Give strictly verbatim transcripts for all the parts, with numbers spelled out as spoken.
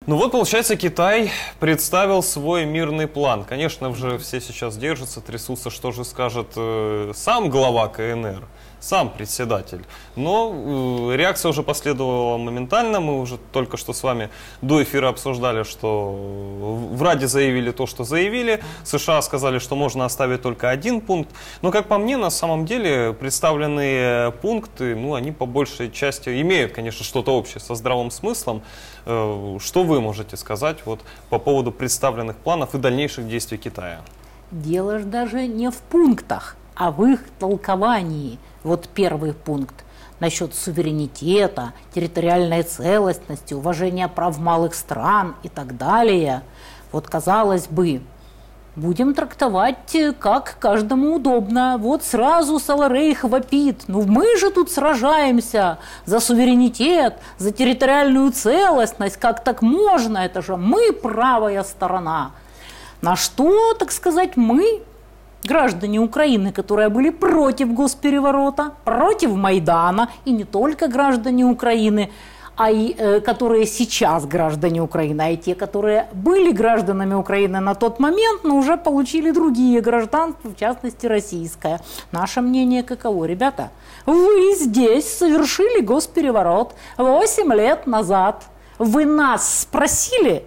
Ну вот, получается, Китай представил свой мирный план. Конечно же, все сейчас держатся, трясутся, что же скажет э, сам глава КНР, сам председатель. Но э, реакция уже последовала моментально. Мы уже только что с вами до эфира обсуждали, что в Раде заявили то, что заявили. США сказали, что можно оставить только один пункт. Но, как по мне, на самом деле представленные пункты, ну, они по большей части имеют, конечно, что-то общее со здравым смыслом. Э, что вы можете сказать вот, по поводу представленных планов и дальнейших действий Китая? Дело же даже не в пунктах, а в их толковании. Вот первый пункт насчет суверенитета, территориальной целостности, уважения прав малых стран и так далее. Вот, казалось бы, будем трактовать, как каждому удобно. Вот сразу Саларейх вопит: ну мы же тут сражаемся за суверенитет, за территориальную целостность, как так можно, это же мы правая сторона. На что, так сказать, мы, граждане Украины, которые были против госпереворота, против Майдана, и не только граждане Украины, а и э, которые сейчас граждане Украины, а и те, которые были гражданами Украины на тот момент, но уже получили другие гражданства, в частности российское. Наше мнение каково, ребята? Вы здесь совершили госпереворот восемь лет назад. Вы нас спросили,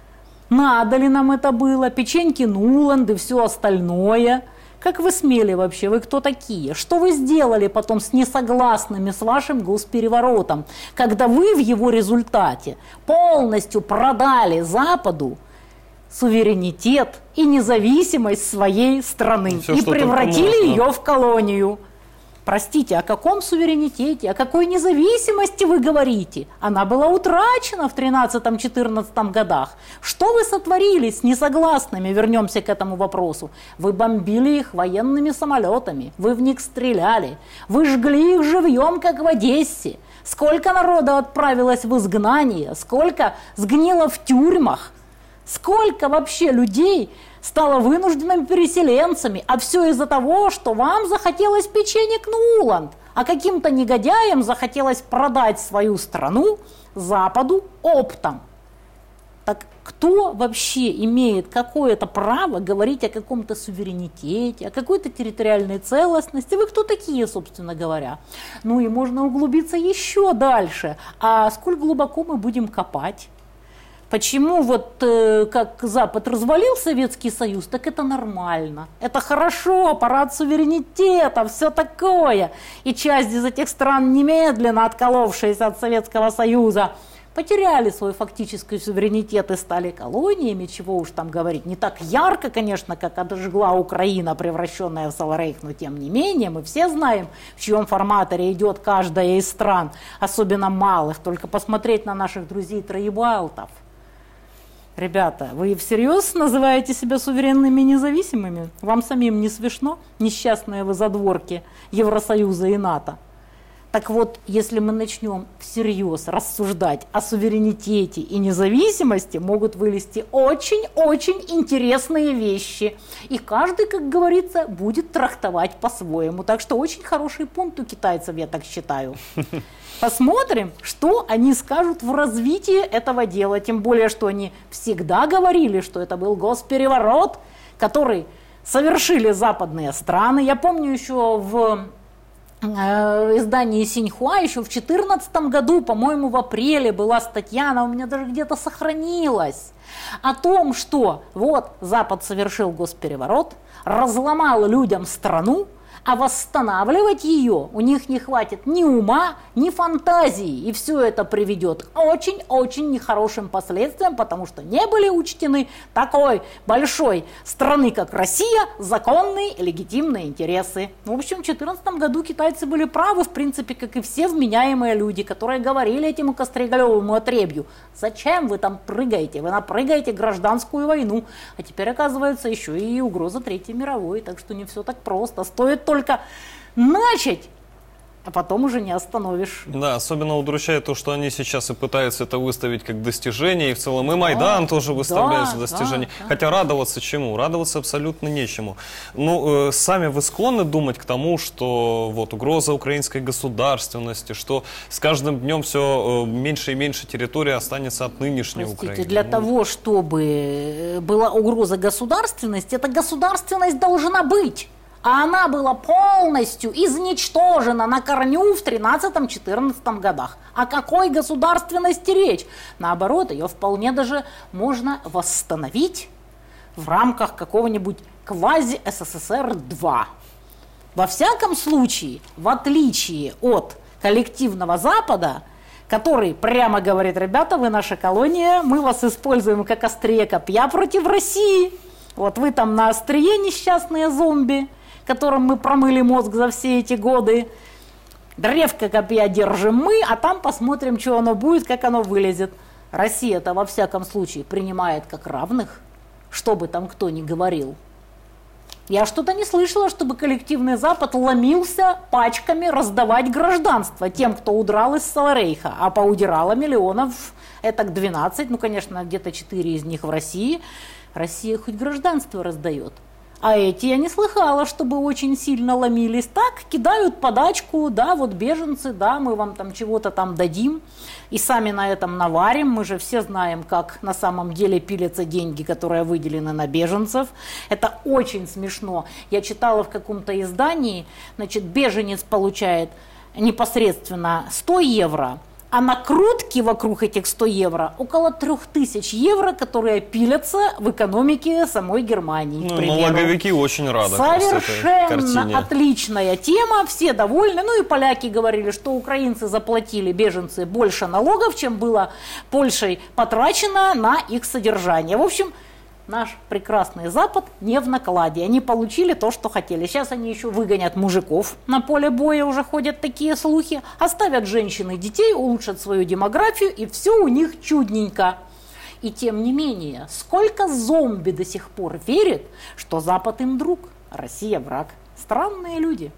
надо ли нам это было, печеньки Нуланд и все остальное? Как вы смели вообще? Вы кто такие? Что вы сделали потом с несогласными с вашим госпереворотом, когда вы в его результате полностью продали Западу суверенитет и независимость своей страны и, и превратили ее в колонию? Простите, о каком суверенитете, о какой независимости вы говорите? Она была утрачена в тринадцатом-четырнадцатом годах. Что вы сотворили с несогласными? Вернемся к этому вопросу. Вы бомбили их военными самолетами, вы в них стреляли, вы жгли их живьем, как в Одессе. Сколько народа отправилось в изгнание, сколько сгнило в тюрьмах, сколько вообще людей стало вынужденными переселенцами, а все из-за того, что вам захотелось печенек Нуланд, а каким-то негодяям захотелось продать свою страну Западу оптом. Так кто вообще имеет какое-то право говорить о каком-то суверенитете, о какой-то территориальной целостности? Вы кто такие, собственно говоря? Ну и можно углубиться еще дальше. А сколь глубоко мы будем копать? Почему вот э, как Запад развалил Советский Союз, так это нормально. Это хорошо, парад суверенитета, все такое. И часть из этих стран, немедленно отколовшиеся от Советского Союза, потеряли свой фактический суверенитет и стали колониями, чего уж там говорить. Не так ярко, конечно, как отожгла Украина, превращенная в Саларейх, но тем не менее мы все знаем, в чьем форматоре идет каждая из стран, особенно малых. Только посмотреть на наших друзей троебалтов. Ребята, вы всерьез называете себя суверенными и независимыми? Вам самим не смешно? Несчастные вы задворки Евросоюза и НАТО. Так вот, если мы начнем всерьез рассуждать о суверенитете и независимости, могут вылезти очень-очень интересные вещи. И каждый, как говорится, будет трактовать по-своему. Так что очень хороший пункт у китайцев, я так считаю. Посмотрим, что они скажут в развитии этого дела. Тем более, что они всегда говорили, что это был госпереворот, который совершили западные страны. Я помню еще в э, издании Синьхуа, еще в две тысячи четырнадцатом году, по-моему, в апреле была статья, она у меня даже где-то сохранилась, о том, что вот Запад совершил госпереворот, разломал людям страну, а восстанавливать ее у них не хватит ни ума, ни фантазии. И все это приведет к очень-очень нехорошим последствиям, потому что не были учтены такой большой страны, как Россия, законные и легитимные интересы. В общем, в две тысячи четырнадцатом году китайцы были правы, в принципе, как и все вменяемые люди, которые говорили этому Кострегалевому отребью: зачем вы там прыгаете? Вы напрыгаете гражданскую войну. А теперь, оказывается, еще и угроза Третьей мировой. Так что не все так просто. Стоит только начать а потом уже не остановишь. Да, особенно удручает то, что они сейчас и пытаются это выставить как достижение, и в целом и Майдан да, тоже выставляется да, достижение. Да, да. Хотя радоваться чему? Радоваться абсолютно нечему. Ну, э, сами вы склонны думать к тому, что вот угроза украинской государственности, что с каждым днем все э, меньше и меньше территории останется от нынешней Простите, Украины. Для ну, того, чтобы была угроза государственности, эта государственность должна быть. А она была полностью изничтожена на корню в тринадцатом-четырнадцатом годах. О какой государственности речь? Наоборот, ее вполне даже можно восстановить в рамках какого-нибудь квази-эс эс эс эр два. Во всяком случае, в отличие от коллективного Запада, который прямо говорит: ребята, вы наша колония, мы вас используем как острие копья против России. Вот вы там на острие, несчастные зомби, которым мы промыли мозг за все эти годы. Древко копья держим мы, а там посмотрим, что оно будет, как оно вылезет. Россия-то во всяком случае принимает как равных, что бы там кто ни говорил. Я что-то не слышала, чтобы коллективный Запад ломился пачками раздавать гражданство тем, кто удрал из Саларейха, а поудирало миллионов, это двенадцать, ну, конечно, где-то четыре из них в России. Россия хоть гражданство раздает. А эти я не слыхала, чтобы очень сильно ломились. Так, кидают подачку, да, вот беженцы, да, мы вам там чего-то там дадим. И сами на этом наварим. Мы же все знаем, как на самом деле пилятся деньги, которые выделены на беженцев. Это очень смешно. Я читала в каком-то издании, значит, беженец получает непосредственно сто евро, а накрутки вокруг этих ста евро около трех тысяч евро, которые пилятся в экономике самой Германии. Ну, налоговики очень рады. Совершенно отличная тема, все довольны. Ну и поляки говорили, что украинцы заплатили, беженцы, больше налогов, чем было Польшей потрачено на их содержание. В общем, наш прекрасный Запад не в накладе. Они получили то, что хотели. Сейчас они еще выгонят мужиков. На поле боя уже ходят такие слухи. Оставят женщин и детей, улучшат свою демографию, и все у них чудненько. И тем не менее, сколько зомби до сих пор верит, что Запад им друг, а Россия враг. Странные люди.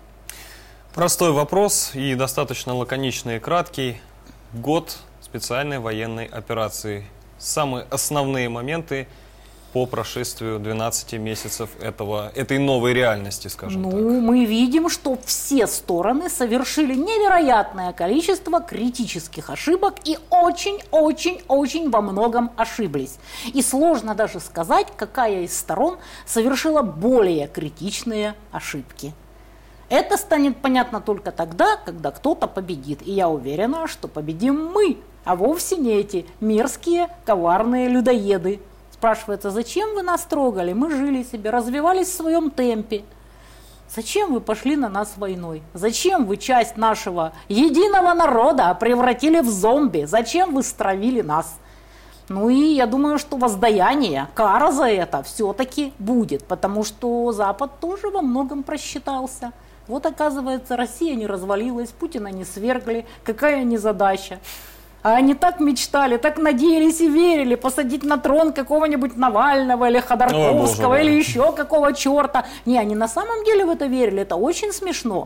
Простой вопрос и достаточно лаконичный и краткий. Год специальной военной операции. Самые основные моменты по прошествию двенадцати месяцев этого, этой новой реальности, скажем ну, так. Ну, мы видим, что все стороны совершили невероятное количество критических ошибок и очень-очень-очень во многом ошиблись. И сложно даже сказать, какая из сторон совершила более критичные ошибки. Это станет понятно только тогда, когда кто-то победит. И я уверена, что победим мы, а вовсе не эти мерзкие, коварные людоеды. Спрашивается, зачем вы нас трогали? Мы жили себе, развивались в своем темпе. Зачем вы пошли на нас войной? Зачем вы часть нашего единого народа превратили в зомби? Зачем вы стравили нас? Ну и я думаю, что воздаяние, кара за это все-таки будет, потому что Запад тоже во многом просчитался. Вот оказывается, Россия не развалилась, Путина не свергли. Какая незадача. А они так мечтали, так надеялись и верили посадить на трон какого-нибудь Навального или Ходорковского, или еще какого черта. Не, они на самом деле в это верили, это очень смешно.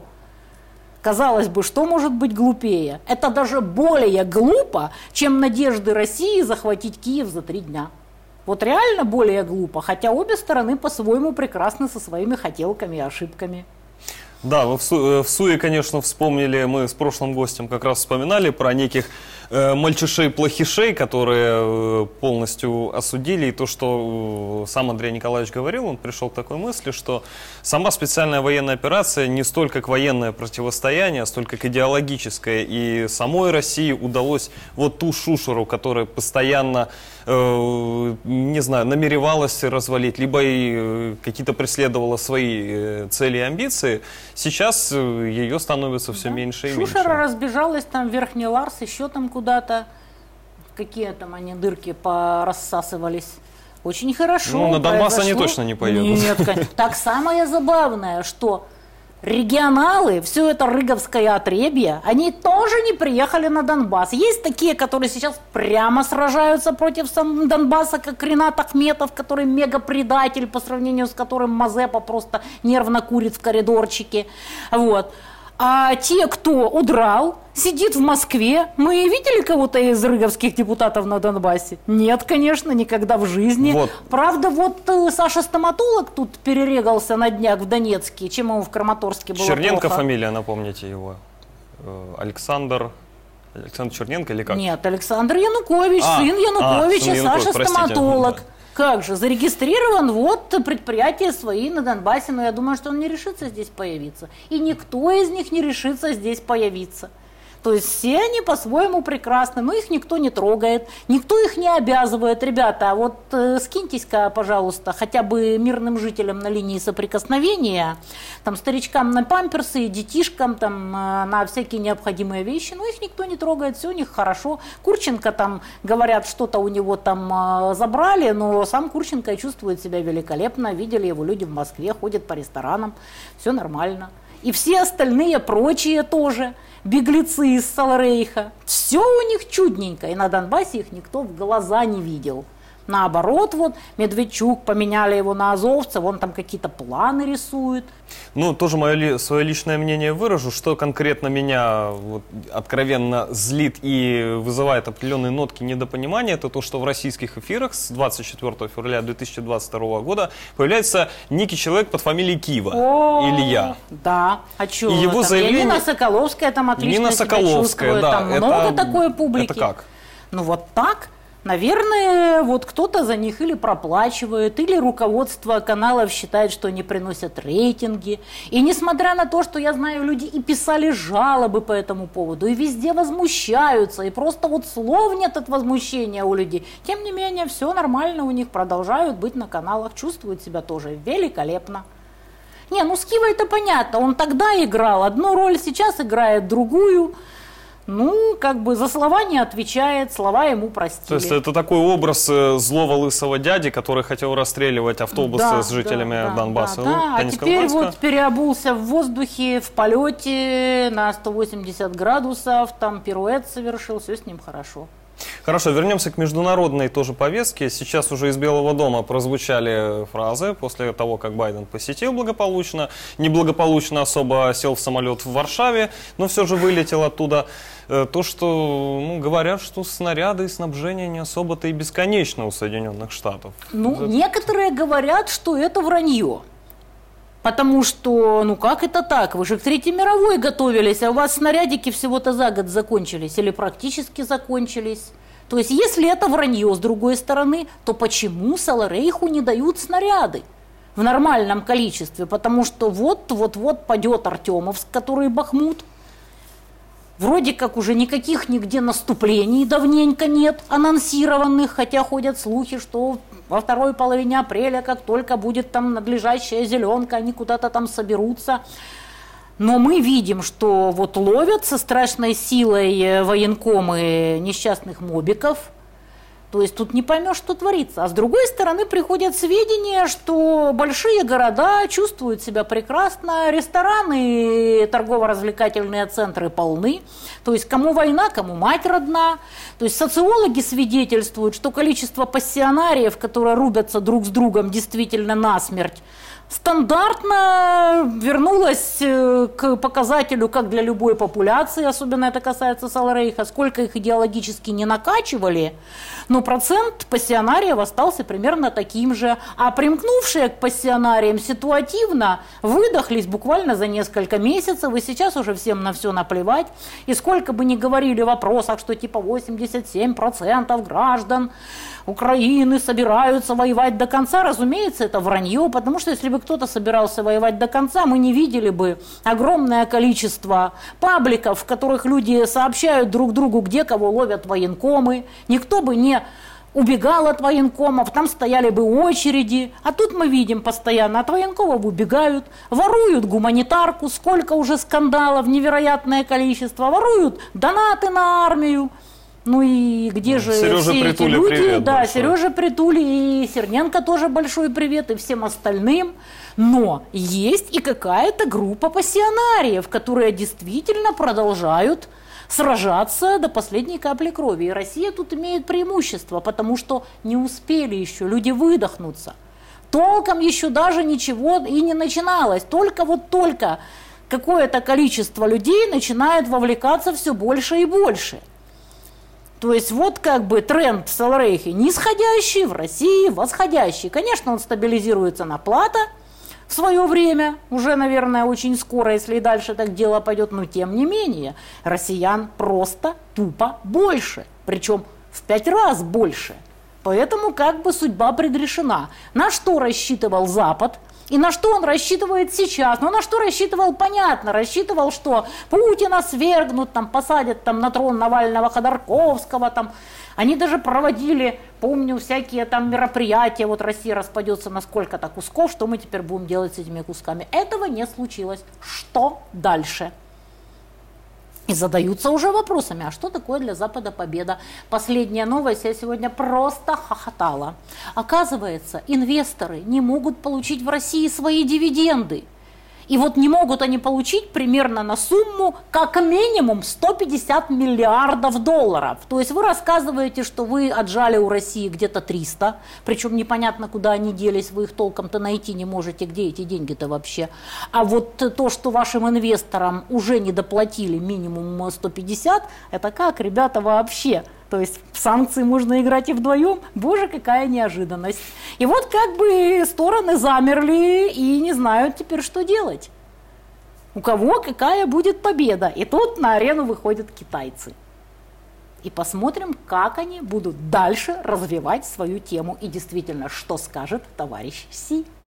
Казалось бы, что может быть глупее? Это даже более глупо, чем надежды России захватить Киев за три дня. Вот реально более глупо, хотя обе стороны по-своему прекрасны со своими хотелками и ошибками. Да, вы в, су в Суе, конечно, вспомнили, мы с прошлым гостем как раз вспоминали про неких э, мальчишей-плохишей, которые э, полностью осудили. И то, что э, сам Андрей Николаевич говорил, он пришел к такой мысли, что сама специальная военная операция не столько к военное противостояние, а столько к идеологическое. И самой России удалось вот ту шушеру, которая постоянно, э, не знаю, намеревалась развалить, либо и э, какие-то преследовала свои э, цели и амбиции, сейчас ее становится все да. меньше и Шушера меньше. Шушера разбежалась там в Верхний Ларс, еще там куда-то. Какие там они дырки порассасывались. Очень хорошо. Ну, на Донбасс произошло. Они точно не поедут. Нет, так самое забавное, что регионалы, все это рыговское отребье, они тоже не приехали на Донбасс. Есть такие, которые сейчас прямо сражаются против Донбасса, как Ренат Ахметов, который мега-предатель, по сравнению с которым Мазепа просто нервно курит в коридорчике. Вот. А те, кто удрал, сидит в Москве. Мы видели кого-то из рыговских депутатов на Донбассе? Нет, конечно, никогда в жизни. Вот. Правда, вот Саша Стоматолог тут перерегался на днях в Донецке, чем ему в Краматорске было Черненко плохо. фамилия, напомните его. Александр... Александр Черненко или как? Нет, Александр Янукович, а, сын Януковича, а, сын Саша Янукович, Стоматолог. простите. Как же, зарегистрирован вот предприятия свои на Донбассе, но я думаю, что он не решится здесь появиться. И никто из них не решится здесь появиться. То есть все они по-своему прекрасны, но их никто не трогает, никто их не обязывает. Ребята, вот э, скиньтесь-ка, пожалуйста, хотя бы мирным жителям на линии соприкосновения, там, старичкам на памперсы, детишкам там, э, на всякие необходимые вещи, но их никто не трогает, все у них хорошо. Курченко там, говорят, что-то у него там э, забрали, но сам Курченко чувствует себя великолепно, видели его люди в Москве, ходят по ресторанам, все нормально. И все остальные прочие тоже, беглецы из Саларейха. Все у них чудненько, и на Донбассе их никто в глаза не видел. Наоборот, вот Медведчук, поменяли его на азовца, вон там какие-то планы рисует. Ну, тоже мое ли, свое личное мнение выражу, что конкретно меня вот, откровенно злит и вызывает определенные нотки недопонимания, это то, что в российских эфирах с двадцать четвёртого февраля две тысячи двадцать второго года появляется некий человек под фамилией Кива, О, Илья. Да, а что? И его заявление... Нина Соколовская там отлично Нина себя Соколовская, чувствует, да, там это, много такой публики. Это как? Ну вот так. Наверное, вот кто-то за них или проплачивает, или руководство каналов считает, что они приносят рейтинги. И несмотря на то, что я знаю, люди и писали жалобы по этому поводу, и везде возмущаются, и просто вот слов нет от возмущения у людей. Тем не менее, все нормально у них, продолжают быть на каналах, чувствуют себя тоже великолепно. Не, ну с Кивой это понятно, он тогда играл одну роль, сейчас играет другую. Ну, как бы за слова не отвечает, слова ему простили. То есть это такой образ злого лысого дяди, который хотел расстреливать автобусы да, с жителями да, Донбасса. Да, ну, да. А теперь вот переобулся в воздухе, в полете на сто восемьдесят градусов, там пируэт совершил, все с ним хорошо. Хорошо, вернемся к международной тоже повестке. Сейчас уже из Белого дома прозвучали фразы после того, как Байден посетил благополучно. Неблагополучно особо сел в самолет в Варшаве, но все же вылетел оттуда. То, что ну, говорят, что снаряды и снабжение не особо-то и бесконечно у Соединенных Штатов. Ну, это... некоторые говорят, что это вранье. Потому что, ну как это так? Вы же к Третьей мировой готовились, а у вас снарядики всего-то за год закончились или практически закончились. То есть, если это вранье с другой стороны, то почему Саларейху не дают снаряды в нормальном количестве? Потому что вот-вот-вот падет Артемовск, который Бахмут. Вроде как уже никаких нигде наступлений давненько нет анонсированных, хотя ходят слухи, что во второй половине апреля, как только будет там надлежащая зеленка, они куда-то там соберутся. Но мы видим, что вот ловят со страшной силой военкомы несчастных мобиков. То есть тут не поймешь, что творится. А с другой стороны приходят сведения, что большие города чувствуют себя прекрасно, рестораны и торгово-развлекательные центры полны. То есть кому война, кому мать родна. То есть социологи свидетельствуют, что количество пассионариев, которые рубятся друг с другом действительно насмерть, стандартно вернулась к показателю, как для любой популяции, особенно это касается Саларейха, сколько их идеологически не накачивали, но процент пассионариев остался примерно таким же, а примкнувшие к пассионариям ситуативно выдохлись буквально за несколько месяцев, и сейчас уже всем на все наплевать, и сколько бы ни говорили в вопросах, что типа восемьдесят семь процентов граждан Украины собираются воевать до конца, разумеется, это вранье, потому что если бы кто-то собирался воевать до конца, мы не видели бы огромное количество пабликов, в которых люди сообщают друг другу, где кого ловят военкомы, никто бы не убегал от военкомов, там стояли бы очереди, а тут мы видим постоянно, от военкомов убегают, воруют гуманитарку, сколько уже скандалов, невероятное количество, воруют донаты на армию. Ну и где же Сережа все Притули, эти люди? привет Да, большой. Сережа Притули и Серненко тоже большой привет, и всем остальным. Но есть и какая-то группа пассионариев, которые действительно продолжают сражаться до последней капли крови. И Россия тут имеет преимущество, потому что не успели еще люди выдохнуться. Толком еще даже ничего и не начиналось. Только вот только какое-то количество людей начинает вовлекаться все больше и больше. То есть вот как бы тренд в Салрейхе нисходящий, в России восходящий. Конечно, он стабилизируется на плато в свое время, уже, наверное, очень скоро, если и дальше так дело пойдет, но тем не менее, россиян просто тупо больше, причем в пять раз больше. Поэтому как бы судьба предрешена. На что рассчитывал Запад? И на что он рассчитывает сейчас? Ну, на что рассчитывал, понятно. Рассчитывал, что Путина свергнут, там, посадят там, на трон Навального, Ходорковского. Там. Они даже проводили, помню, всякие там мероприятия. Вот Россия распадется на сколько-то кусков, что мы теперь будем делать с этими кусками? Этого не случилось. Что дальше? И задаются уже вопросами, а что такое для Запада победа? Последняя новость, я сегодня просто хохотала. Оказывается, инвесторы не могут получить в России свои дивиденды. И вот не могут они получить примерно на сумму как минимум сто пятьдесят миллиардов долларов. То есть вы рассказываете, что вы отжали у России где-то триста, причем непонятно, куда они делись, вы их толком-то найти не можете, где эти деньги-то вообще. А вот то, что вашим инвесторам уже не доплатили минимум сто пятьдесят, это как, ребята, вообще? То есть в санкции можно играть и вдвоем. Боже, какая неожиданность. И вот как бы стороны замерли и не знают теперь, что делать. У кого какая будет победа. И тут на арену выходят китайцы. И посмотрим, как они будут дальше развивать свою тему. И действительно, что скажет товарищ Си.